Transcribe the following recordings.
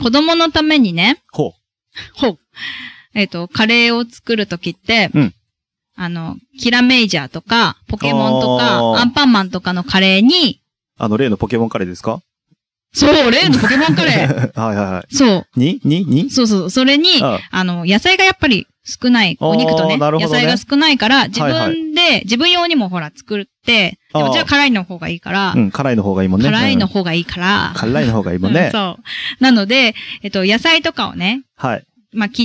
子供のためにね、 ほカレーを作るときって、 うん。 キラメイジャーとか、ポケモンとか、アンパンマンとかのカレーに、 例のポケモンカレーですか？ そう、例のポケモンカレー。 はいはいはい。 そう。 にそうそう。それに、野菜がやっぱり少ない。お肉とね、野菜が少ないから、自分用にもほら作って、でもじゃあ辛いの方がいいから。 うん、辛いの方がいいもんね。 辛いの方がいいから。 辛いの方がいいもんね。 そう。なので、野菜とかをね、 はい。 まあ、切って、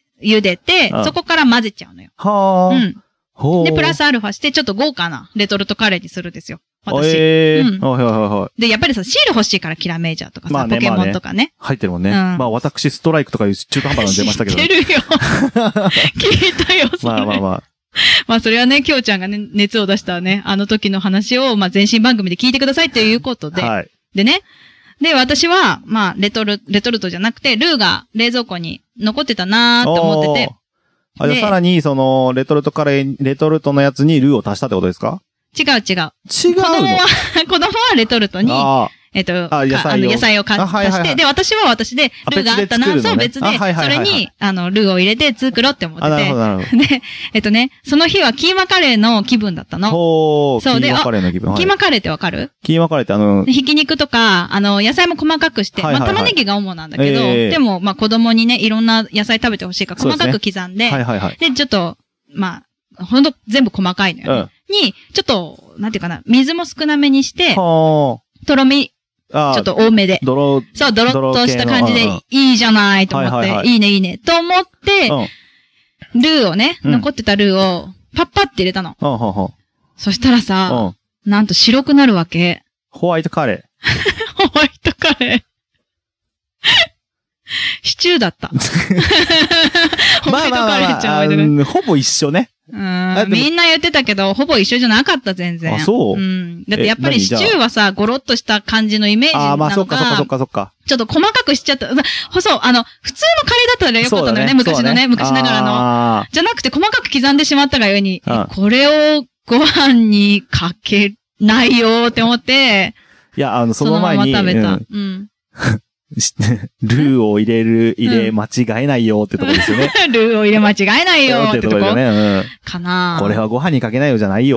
茹でて、そこから混ぜちゃうのよ。 はあ。うん。で、プラスアルファして、ちょっと豪華なレトルトカレーにするんですよ。私。 はいはいはい。 で、やっぱりさ、シール欲しいからキラメージャーとかさ、ポケモンとかね。 入ってるもんね。まあ私、ストライクとかいう中途半端なの出ましたけど。 知ってるよ。聞いたよ、それ。まあ、それはね、きょうちゃんがね、熱を出したね、あの時の話を、まあ、前身番組で聞いてくださいということで。はい。でね。で、私は、まあ、レトルトじゃなくて、ルーが冷蔵庫に残ってたなーって思ってて。 じゃあさらに、レトルトのやつにルーを足したってことですか？ 違う。違うの？子供はレトルトに、野菜を足して、で、私は私で、ルーがあったな、そう別で、それに、ルーを入れて作ろうって思ってて。で、その日はキーマカレーの気分だったの。 そうで、キーマカレーの気分。 キーマカレーってわかる？ キーマカレーってひき肉とか、野菜も細かくして、まあ、玉ねぎが主なんだけど、でも、まあ、子供にね、いろんな野菜食べてほしいから細かく刻んで、で、ちょっと、まあ、ほんと全部細かいのよね。に、ちょっと、なんていうかな、水も少なめにして、とろみ、ちょっと多めで。ドロッとした感じでいいじゃないと思って、いいね、と思って、ルーをね、残ってたルーをパッパって入れたの。そしたらさ、なんと白くなるわけ。 ホワイトカレー。ホワイトカレー。シチューだった。ホワイトカレーちゃん。 ほぼ一緒ね。 みんな言ってたけど、ほぼ一緒じゃなかった、全然。 あ、そう？ だってやっぱりシチューはさ、ゴロッとした感じのイメージなのが。 まあそっか。 ちょっと細かくしちゃった。そう、普通のカレーだったらよかったのよね、昔のね、昔ながらの。じゃなくて細かく刻んでしまったがゆえに、これをご飯にかけないよって思って。 いや、その前に。 そのまま食べた。 ルーを入れ間違えないよってとこですよね。 ルーを入れ間違えないよってとこですね。 かな。 これはご飯にかけないよじゃないよ。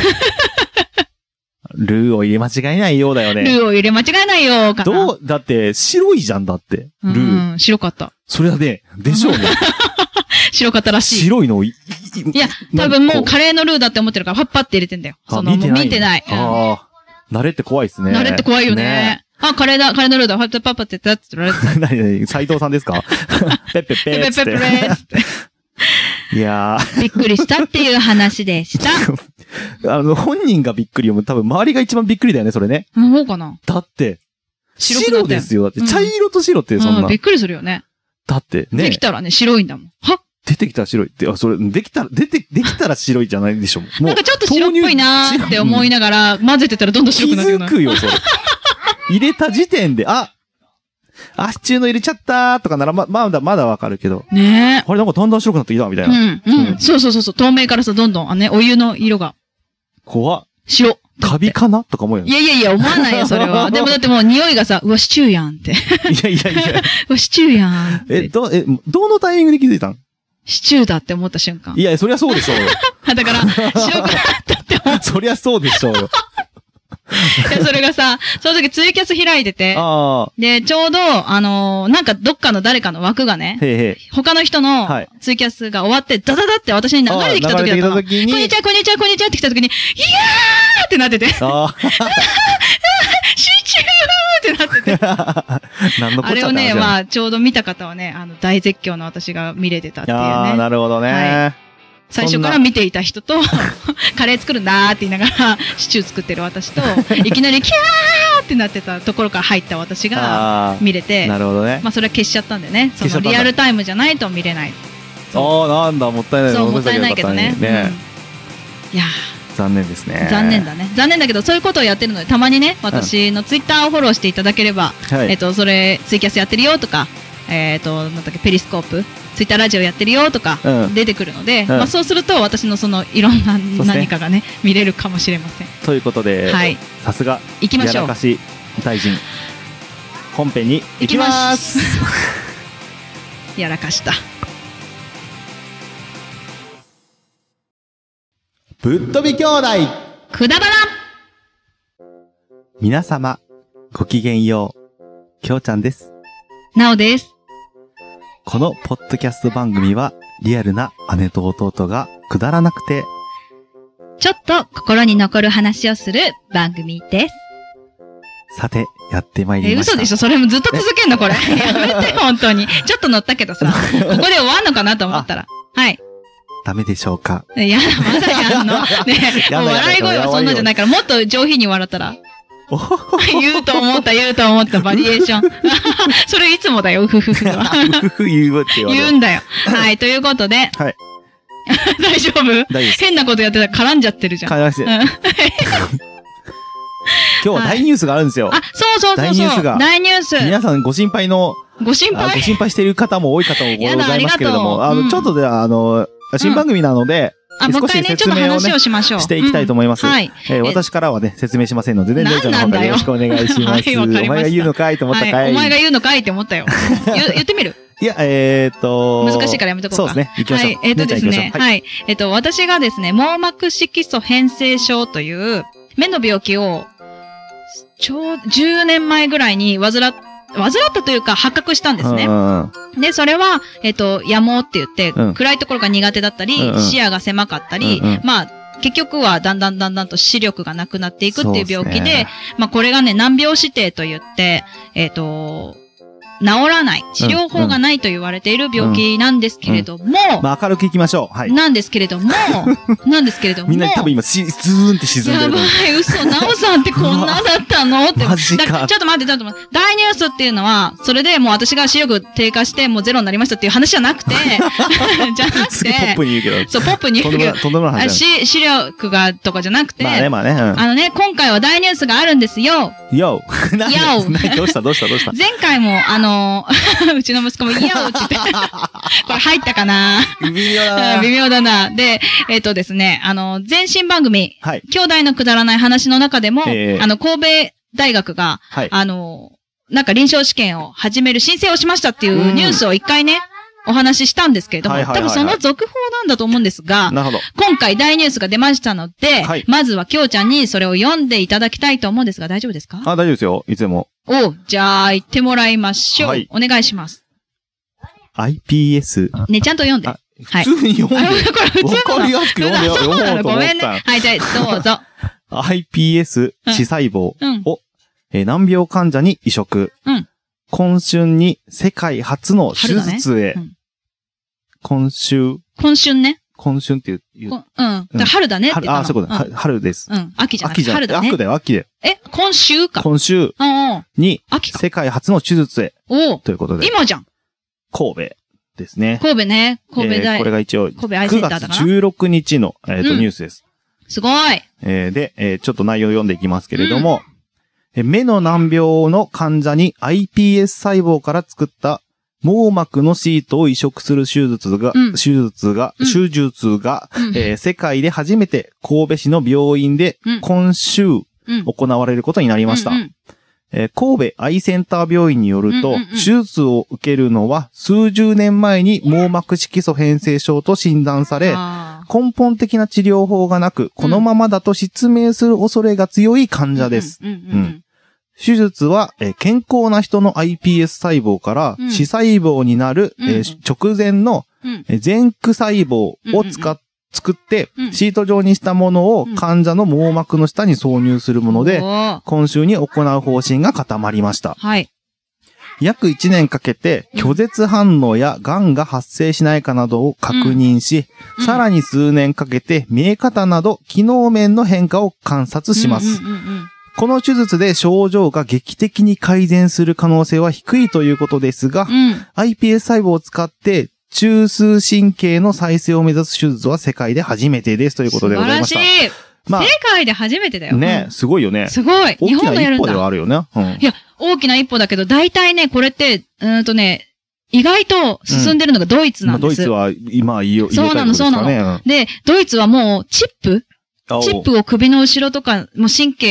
ルーを入れ間違えないよだよね。 ルーを入れ間違えないよかな。 だって白いじゃんだって。ルー。 白かった。 それはね、でしょうね。 白かったらしい。 白いのいや、多分もうカレーのルーだって思ってるからパッパって入れてんだよ。見てない。 慣れって怖いですね。 慣れって怖いよね。カレーのルーだ、パッパって言ってたって言われてた。 何斉藤さんですか？ペッペッペッって。いやー。びっくりしたっていう話でした。 本人がびっくりよ。多分周りが一番びっくりだよね、それね。 そうかな。 だって、白ですよ。だって、茶色と白ってそんな。 びっくりするよね。 だってね。 できたらね、白いんだもん。 出てきたら白いって、それ、できたら白いじゃないでしょ。もう。 なんかちょっと白っぽいなーって思いながら、混ぜてたらどんどん白くなるよ。 気づくよ、それ。入れた時点で、シチューの入れちゃったーとかなら、まだわかるけど。 ねえ。 あれなんかだんだん白くなってきたみたいな。 そう。透明からさ、どんどん、お湯の色が。 怖っ。 白。 カビかなとか思うよね。 いや、思わないよ、それは。でもだってもう匂いがさ、うわ、シチューやんって。いや。 うわ、シチューやんって。 どのタイミングで気づいたん？ シチューだって思った瞬間。 いや、そりゃそうでしょうよ。 だから、白くなったって思った。 そりゃそうでしょうよ。 いや、それがさ、その時ツイキャス開いてて、で、ちょうど、なんかどっかの誰かの枠がね、他の人のツイキャスが終わって、ダダダって私に流れてきた時だったの。こんにちはって来た時に、いやーってなってて。シチューってなってて。あれをね、まあ、ちょうど見た方はね、大絶叫の私が見れてたっていうね。 なるほどね。 最初から見ていた人と、カレー作るんだーって言いながら、シチュー作ってる私と、いきなりキャーってなってたところから入った私が見れて、 なるほどね。 まあそれは消しちゃったんでね、そのリアルタイムじゃないと見れない。 なんだ、もったいない。 そう、もったいないけどね。いや残念ですね。 残念だね。残念だけど、そういうことをやってるので、たまにね、私のツイッターをフォローしていただければ、それ、ツイキャスやってるよとか、なんだっけ、ペリスコープツイッターラジオやってるよとか出てくるので、まあそうすると私のそのいろんな何かがね見れるかもしれません。 ということで、さすがやらかし大臣本編に行きます。 やらかした。 ぶっ飛び兄弟くだばな。 皆様ごきげんよう、きょうちゃんです。 なおです。 このポッドキャスト番組はリアルな姉と弟がくだらなくてちょっと心に残る話をする番組です。 さて、やってまいりました。 嘘でしょ？それもずっと続けんのこれ。やめて、本当に。ちょっと乗ったけどさ、ここで終わんのかなと思ったら。はい。 ダメでしょうか？ いや、まだやんの？ねえ、もう笑い声はそんなじゃないから、もっと上品に笑ったら。言うと思った、バリエーション。それいつもだよ、うふふふは。 うふふ言うんだよ。はい、ということで。 はい。 大丈夫？大丈夫です。変なことやってたら絡んじゃってるじゃん。 絡まして。今日は大ニュースがあるんですよ。 あ、そう。大ニュースが。大ニュース。 皆さんご心配している方も多い方もございますけれども、ちょっとでは、新番組なので、少し説明をね、していきたいと思います。はい。私からはね、説明しませんのでね、レイちゃんの方からよろしくお願いします。お前が言うのかいと思ったかい。 お前が言うのかいって思ったよ。言ってみる？ いや、 難しいからやめとこうか。 そうですね。行きましょう。 はい。ですね。はい。私がですね、網膜色素変性症という、目の病気を、10年前ぐらいに患ったというか発覚したんですね。で、それは、野毛って言って、暗いところが苦手だったり、視野が狭かったり、まあ、結局はだんだんと視力がなくなっていくっていう病気で、まあ、これがね、難病指定と言って、治らない、治療法がないと言われている病気なんですけれども、 まあ明るくいきましょう。はい。 なんですけれども、 みんな多分今ズーンって沈んでる。 やばい、嘘、なおさんってこんなだったのって。 マジか。 ちょっと待って。大ニュースっていうのは、それでもう私が視力低下してもうゼロになりましたっていう話じゃなくて、 すぐポップに言うけど。 そう、ポップに言うけど。 とんでもない話。 視力がとかじゃなくて、 まあね。 今回は大ニュースがあるんですよ。 よどうした前回も、うちの息子も、いやおって言って、これ入ったかな？微妙だな。で、ですね、前身番組、兄弟のくだらない話の中でも、神戸大学が、なんか臨床試験を始める申請をしましたっていうニュースを一回ね、お話ししたんですけれども、多分その続報なんだと思うんですが、今回大ニュースが出ましたので、まずはきょうちゃんにそれを読んでいただきたいと思うんですが、大丈夫ですか？ 大丈夫ですよ。いつでも。 じゃあ、言ってもらいましょう。お願いします。 iPS。 ね、ちゃんと読んで。 普通に読んで。これ普通の。わかりやすく読んで読もうと思った。 ごめんね。はい、じゃあ、どうぞ。 iPS 視細胞を、難病患者に移植。今春に世界初の手術へ。今春ね。今春っていう。 春だねって言ったの。 そういうこと。春です。 秋じゃない。春だね。 秋だよ、秋で。 今週か。 今週に世界初の手術へ。ということで。 今じゃん。 神戸ですね。 神戸ね。神戸大。 これが一応、 神戸アイセンターだな。 9月16日のニュースです。 すごい。 で、ちょっと内容を読んでいきますけれども、目の難病の患者に iPS 細胞から作った網膜のシートを移植する手術が、世界で初めて神戸市の病院で今週行われることになりました。神戸アイセンター病院によると、手術を受けるのは数十年前に網膜色素変性症と診断され、根本的な治療法がなく、このままだと失明する恐れが強い患者です。手術は、健康な人の iPS 細胞から視細胞になる、直前の、前駆細胞を作って、シート状にしたものを患者の網膜の下に挿入するもので、今週に行う方針が固まりました。約1年かけて拒絶反応や癌が発生しないかなどを確認し、さらに数年かけて見え方など機能面の変化を観察します。この手術で症状が劇的に改善する可能性は低いということですが、iPS 細胞を使って中枢神経の再生を目指す手術は世界で初めてですということでございました。 素晴らしい。世界で初めてだよ。 ね、すごいよね。 すごい。日本もやるんだ。 大きな一歩ではあるよね。 いや、大きな一歩だけど、大体ね、これって、意外と進んでるのがドイツなんです。 ドイツは今言うそうなの。で、ドイツはもうチップを首の後ろとか、もう神経が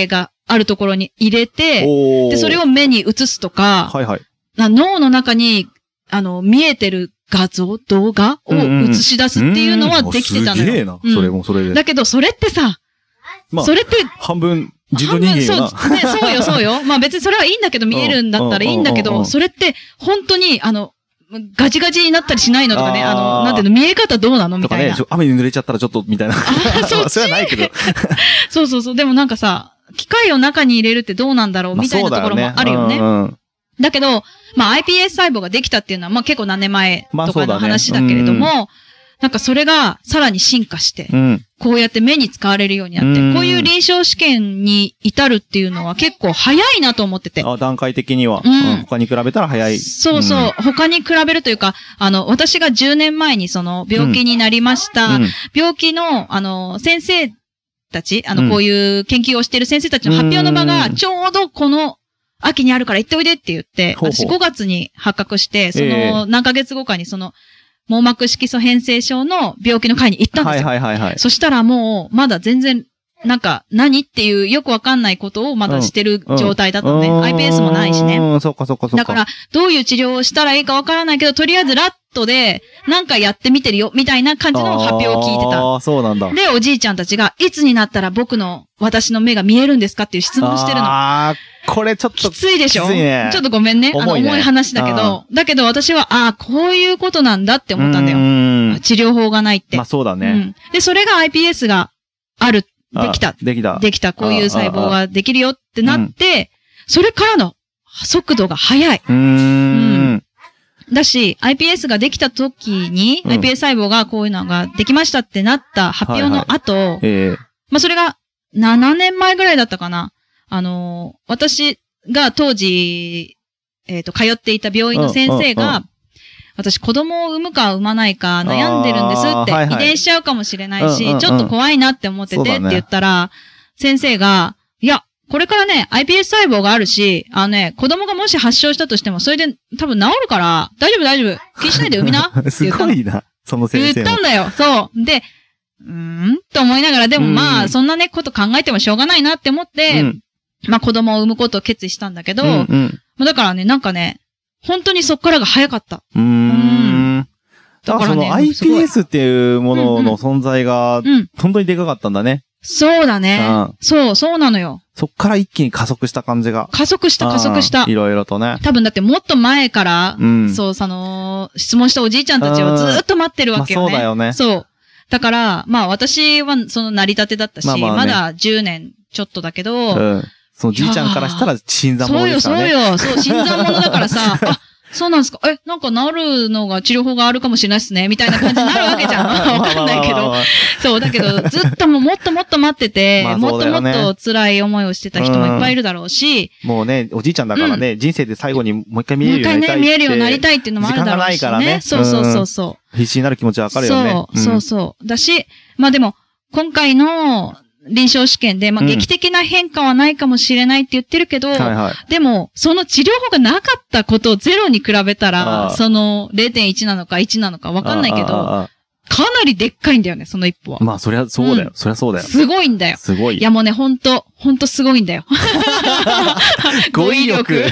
あるところに入れて、で、それを目に映すとか、 はいはい。 脳の中に、見えてる動画を映し出すっていうのはできてたのよ。 すげえな。それもそれで。 だけど、それってさ、それって、 半分、人造人間よな。 そうよ。まあ別にそれはいいんだけど、見えるんだったらいいんだけど、それって、本当に、ガチガチになったりしないのとかね、なんていうの、見え方どうなのみたいな。とかね、 雨に濡れちゃったらちょっと、みたいな。それはないけど。 そう。でもなんかさ、機械を中に入れるってどうなんだろうみたいなところもあるよね。だけど、まあ iPS 細胞ができたっていうのは、まあ結構何年前とかの話だけれども、なんかそれがさらに進化して、こうやって目に使われるようになって、こういう臨床試験に至るっていうのは結構早いなと思ってて。 段階的には。他に比べたら早い。 そう。他に比べるというか、私が10年前にその病気になりました。病気の、先生たち、こういう研究をしている先生たちの発表の場が、ちょうどこの秋にあるから行っておいでって言って、私5月に発覚して、その何ヶ月後かにその、網膜色素変性症の病気の会に行ったんですよ。そしたらもう、まだ全然、なんか、何っていうよくわかんないことをまだしてる状態だったのね。iPS もないしね。 そっか。 だから、どういう治療をしたらいいかわからないけど、とりあえずラットで、なんかやってみてるよ、みたいな感じの発表を聞いてた。 そうなんだ。 で、おじいちゃんたちが、いつになったら私の目が見えるんですかっていう質問してるの。 これちょっと。 きついでしょ？ きついね。 ちょっとごめんね。重い話だけど。だけど私は、こういうことなんだって思ったんだよ。治療法がないって。 まあそうだね。 で、それが iPS ができた。こういう細胞ができるよってなって、それからの速度が速い。だし、iPS ができた時に、iPS 細胞がこういうのができましたってなった発表の後、まあそれが7年前ぐらいだったかな。私が当時、通っていた病院の先生が、私子供を産むか産まないか悩んでるんですって、遺伝しちゃうかもしれないし、ちょっと怖いなって思っててって言ったら、先生が、いや、これからね、iPS 細胞があるし、子供がもし発症したとしても、それで多分治るから、大丈夫。気にしないで産みなって言ったの。 すごいな、その先生。 言ったんだよ、そう。で、と思いながら、でもまあ、そんなね、こと考えてもしょうがないなって思って、まあ子供を産むことを決意したんだけど、だからね、なんかね、本当にそっからが早かった。 だからその iPS っていうものの存在が、本当にでかかったんだね。 そうだね。そうなのよ。 そっから一気に加速した感じが。 加速した。 いろいろとね。 多分だってもっと前から、そう、質問したおじいちゃんたちをずっと待ってるわけよね。 そうだよね。 そう。だから、まあ私はその成り立てだったし、まだ10年ちょっとだけど、 そのじいちゃんからしたら新参者ですからね。 そう、新参者だからさ、そうなんですか。なんか治るのが治療法があるかもしれないですね。みたいな感じになるわけじゃん。わかんないけど。そう、だけど、ずっともっと待ってて、もっともっと辛い思いをしてた人もいっぱいいるだろうし。 もうね、おじいちゃんだからね、人生で最後にもう一回見えるようになりたい。もう一回ね、 見えるようになりたいっていうのもあるだろうし。時間がないからね。そう。 必死になる気持ちわかるよね。 そう。だし、まあでも、今回の、臨床試験で、まあ、劇的な変化はないかもしれないって言ってるけど、でも、その治療法がなかったことをゼロに比べたら、その 0.1 なのか1なのかわかんないけど、かなりでっかいんだよね、その一歩は。 まあ、そりゃそうだよ。そりゃそうだよ。 すごいんだよ。 すごい。 いやもうね、ほんとすごいんだよ。 語彙力。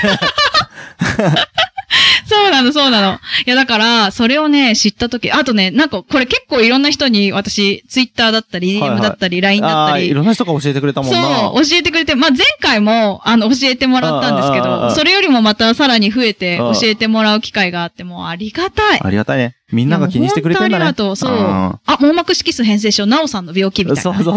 そうなの。いや、だから、それをね、知ったとき、あとね、なんか、これ結構いろんな人に、私、ツイッターだったり、DM だったり、LINE だったり。 いろんな人が教えてくれたもんな。 そう、教えてくれて、まあ、前回も、教えてもらったんですけど、それよりもまたさらに増えて、教えてもらう機会があって、もうありがたい。 ありがたいね。みんなが気にしてくれてるんだね。 ありがとう、そう。網膜色素変性症、なおさんの病気みたいな。 そう。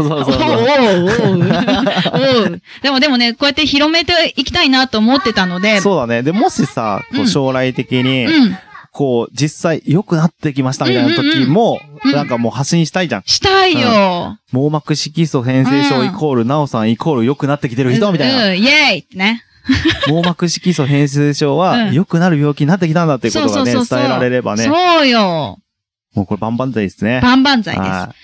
でもね、こうやって広めていきたいなと思ってたので。 そうだね。で、もしさ、将来的に、こう、実際良くなってきましたみたいな時も、なんかもう発信したいじゃん。 したいよ。 網膜色素変性症イコール、なおさんイコール良くなってきてる人みたいな。 イェーイってね。 網膜色素変性症は良くなる病気になってきたんだっていうことがね、伝えられればね。 そうよ。 もうこれ万々歳ですね。 万々歳です。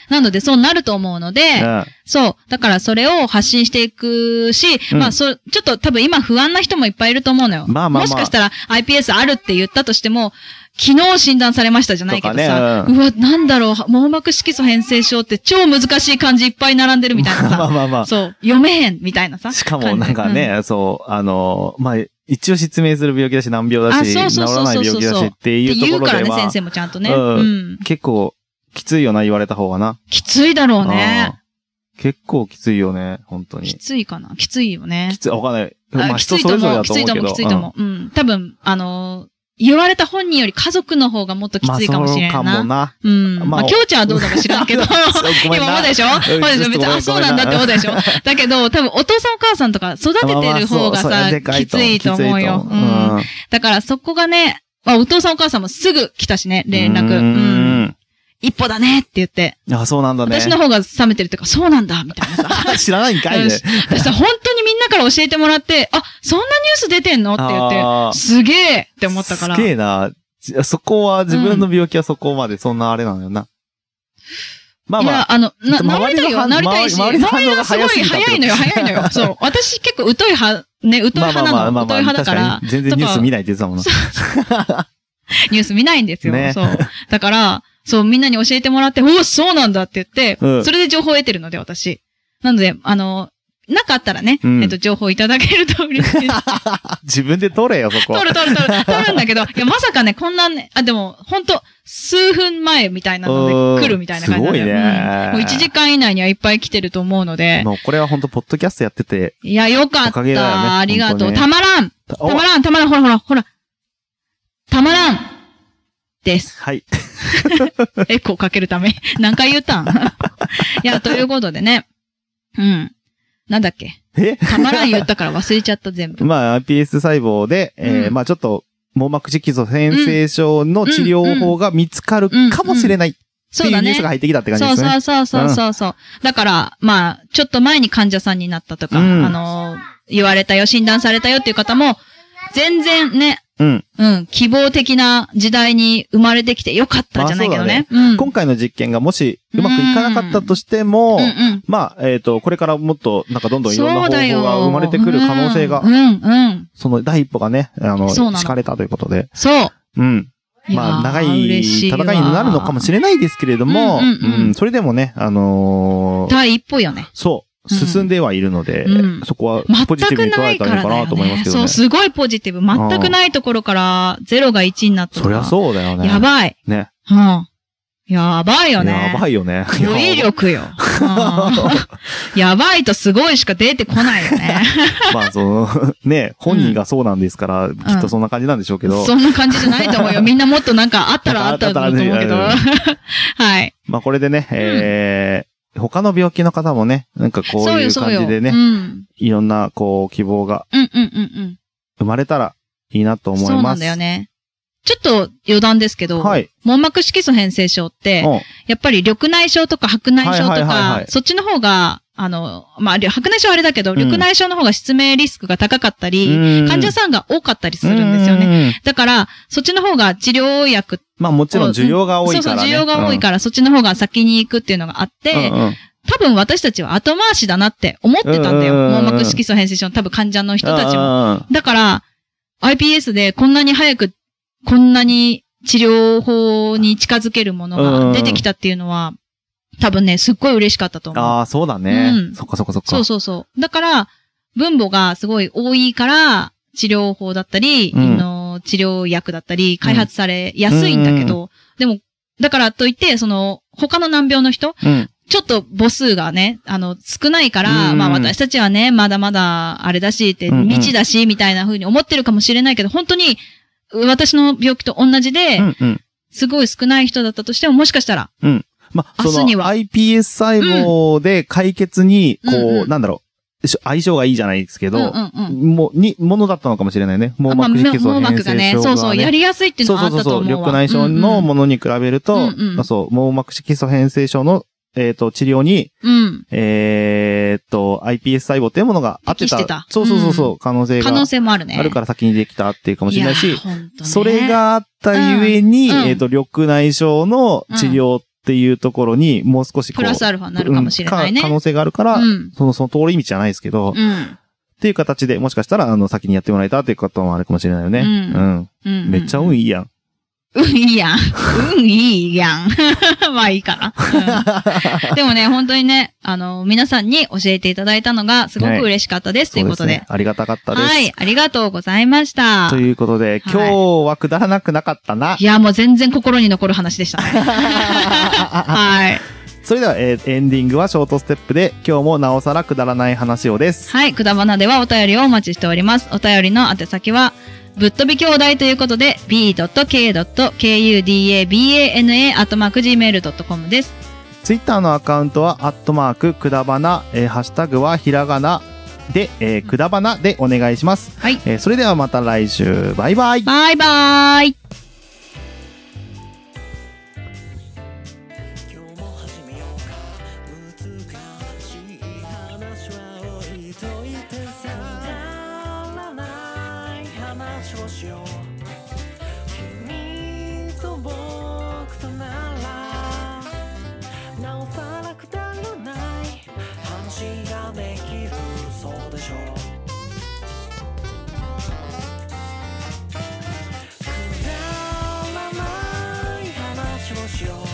なので、そうなると思うので、そう。だからそれを発信していくし、まあ、ちょっと多分今不安な人もいっぱいいると思うのよ。もしかしたら iPS あるって言ったとしても、昨日診断されましたじゃないけどさ、うわ、なんだろう、網膜色素変性症って超難しい漢字いっぱい並んでるみたいなさ。そう、読めへんみたいなさ。 しかもなんかね、そう、まあ、一応説明する病気だし、難病だし、治らない病気だしっていうところでは。って言うからね、 先生もちゃんとね。 結構、きついよな、言われた方がな。 きついだろうね。 結構きついよね、本当に。 きついかなきついよね。 きつい、わかんない。まあ、人それぞれだと思うけど。 きついと思う。うん。多分、言われた本人より家族の方がもっときついかもしれないな。まあ、そうかもな。うん。まあ、きょうちゃんはどうだか知らんけど。今まででしょそうでしょ別に、そうなんだってことでしょだけど、多分お父さんお母さんとか育ててる方がさ、きついと思うよ。うん。だからそこがね、まあ、お父さんお母さんもすぐ来たしね、連絡。うん。一歩だねって言って。 あ、そうなんだね。 私の方が冷めてるっていうか、そうなんだみたいなさ。 知らないんかいね。 私さ、本当にみんなから教えてもらって、あ、そんなニュース出てんのって言って、すげえって思ったから。 すげえな。そこは、自分の病気はそこまでそんなあれなのよな。まあまあ。 いや、なりたいよ、なりたいし。周りの反応がすごい早いのよ、早いのよ。そう。私結構疎い派、ね、疎い派なの。疎い派だから。 全然ニュース見ないって言ってたもんな。 ニュース見ないんですよ。そう。だから、そう、みんなに教えてもらって、おそうなんだって言って、それで情報を得てるので、私。なので、なかったらね、情報いただけると嬉しいです。 自分で取れよ、そこ。 取るんだけど、いや、まさかね、こんなね、でも、ほんと、数分前みたいなので来るみたいな感じなんだよ。すごいね。もう1時間以内にはいっぱい来てると思うので。 もうこれはほんと、ポッドキャストやってて。 いや、よかった。ありがとう。たまらん、ほら。たまらんです。 はい。 エコーかけるため。何回言ったんいや、ということでね。うん。なんだっけたまらん言ったから忘れちゃった全部。 まあ、iPS 細胞で、まあちょっと、網膜色素変性症の治療法が見つかるかもしれないっていうニュースが入ってきたって感じですね。 そう。だから、まあ、ちょっと前に患者さんになったとか、言われたよ、診断されたよっていう方も、全然ね、希望的な時代に生まれてきてよかったじゃないけどね。 今回の実験がもしうまくいかなかったとしても、まあ、これからもっと、なんかどんどんいろんな方法が生まれてくる可能性が、その第一歩がね、敷かれたということで。 そう。 まあ、長い戦いになるのかもしれないですけれども、それでもね、 第一歩よね。 そう。進んではいるので、そこはポジティブに捉えたらいいかなと思いますけどね。 そう、すごいポジティブ。全くないところから0が1になった。 そりゃそうだよね。 やばい。 ね。 やばいよね。 やばいよね。 語彙力よ。やばいとすごいしか出てこないよね。 まあ、ね、本人がそうなんですから、きっとそんな感じなんでしょうけど。 そんな感じじゃないと思うよ。みんなもっとなんかあったらと思うけど。はい。 まあこれでね、他の病気の方もね、なんかこういう感じでね、いろんなこう希望が生まれたらいいなと思います。 そうなんだよね。ちょっと余談ですけど、網膜色素変性症って、やっぱり緑内障とか白内障とか、そっちの方が、まあ、白内障はあれだけど、緑内障の方が失明リスクが高かったり、患者さんが多かったりするんですよね。だから、そっちの方が治療薬。 まあもちろん需要が多いからね。 そう、需要が多いから、そっちの方が先に行くっていうのがあって、多分私たちは後回しだなって思ってたんだよ。網膜色素変性症の多分患者の人たちも。だから、iPS でこんなに早く、こんなに治療法に近づけるものが出てきたっていうのは、多分ね、すっごい嬉しかったと思う。 ああ、そうだね。そっか。 そう。だから、分母がすごい多いから、治療法だったり、治療薬だったり、開発されやすいんだけど、でも、だからといって、他の難病の人、ちょっと母数がね、少ないから、まあ私たちはね、まだまだあれだしって、未知だし、みたいな風に思ってるかもしれないけど、本当に、私の病気と同じで、すごい少ない人だったとしても、もしかしたら、 まあ、その iPS 細胞で解決に、こう、なんだろう、相性がいいじゃないですけど、ものだったのかもしれないね。網膜色素変性症がね。 そう、やりやすいっていうのがあったと思うわ。 緑内障のものに比べると、そう、網膜色素変性症の治療に、 うん。 iPS 細胞っていうものがあってた。そう、可能性もあるね。あるから先にできたっていうかもしれないし、それがあったゆえに、緑内障の治療っていうところに、もう少しプラスアルファになるかもしれないね。 可能性があるから、その通り道じゃないですけど、っていう形で、もしかしたら、先にやってもらえたっていうこともあるかもしれないよね。めっちゃ運いいやん。 いいやん。いいやん。まあいいかな。でもね、本当にね、皆さんに教えていただいたのがすごく嬉しかったです、ということで。 ありがたかったです。 はい、ありがとうございました。 ということで、今日はくだらなくなかったな。 いや、もう全然心に残る話でしたね。はい。 それでは、エンディングはショートステップで、今日もなおさらくだらない話をです。 はい、くだばなではお便りをお待ちしております。お便りの宛先は、ぶっ飛び兄弟ということで b.k.kudabana@gmail.com です。 ツイッターのアカウントはくだばな、ハッシュタグはひらがなで、くだばなでお願いします。 はい。 それではまた来週。バイバイ。 バイバイ。 くだらない話をしよう。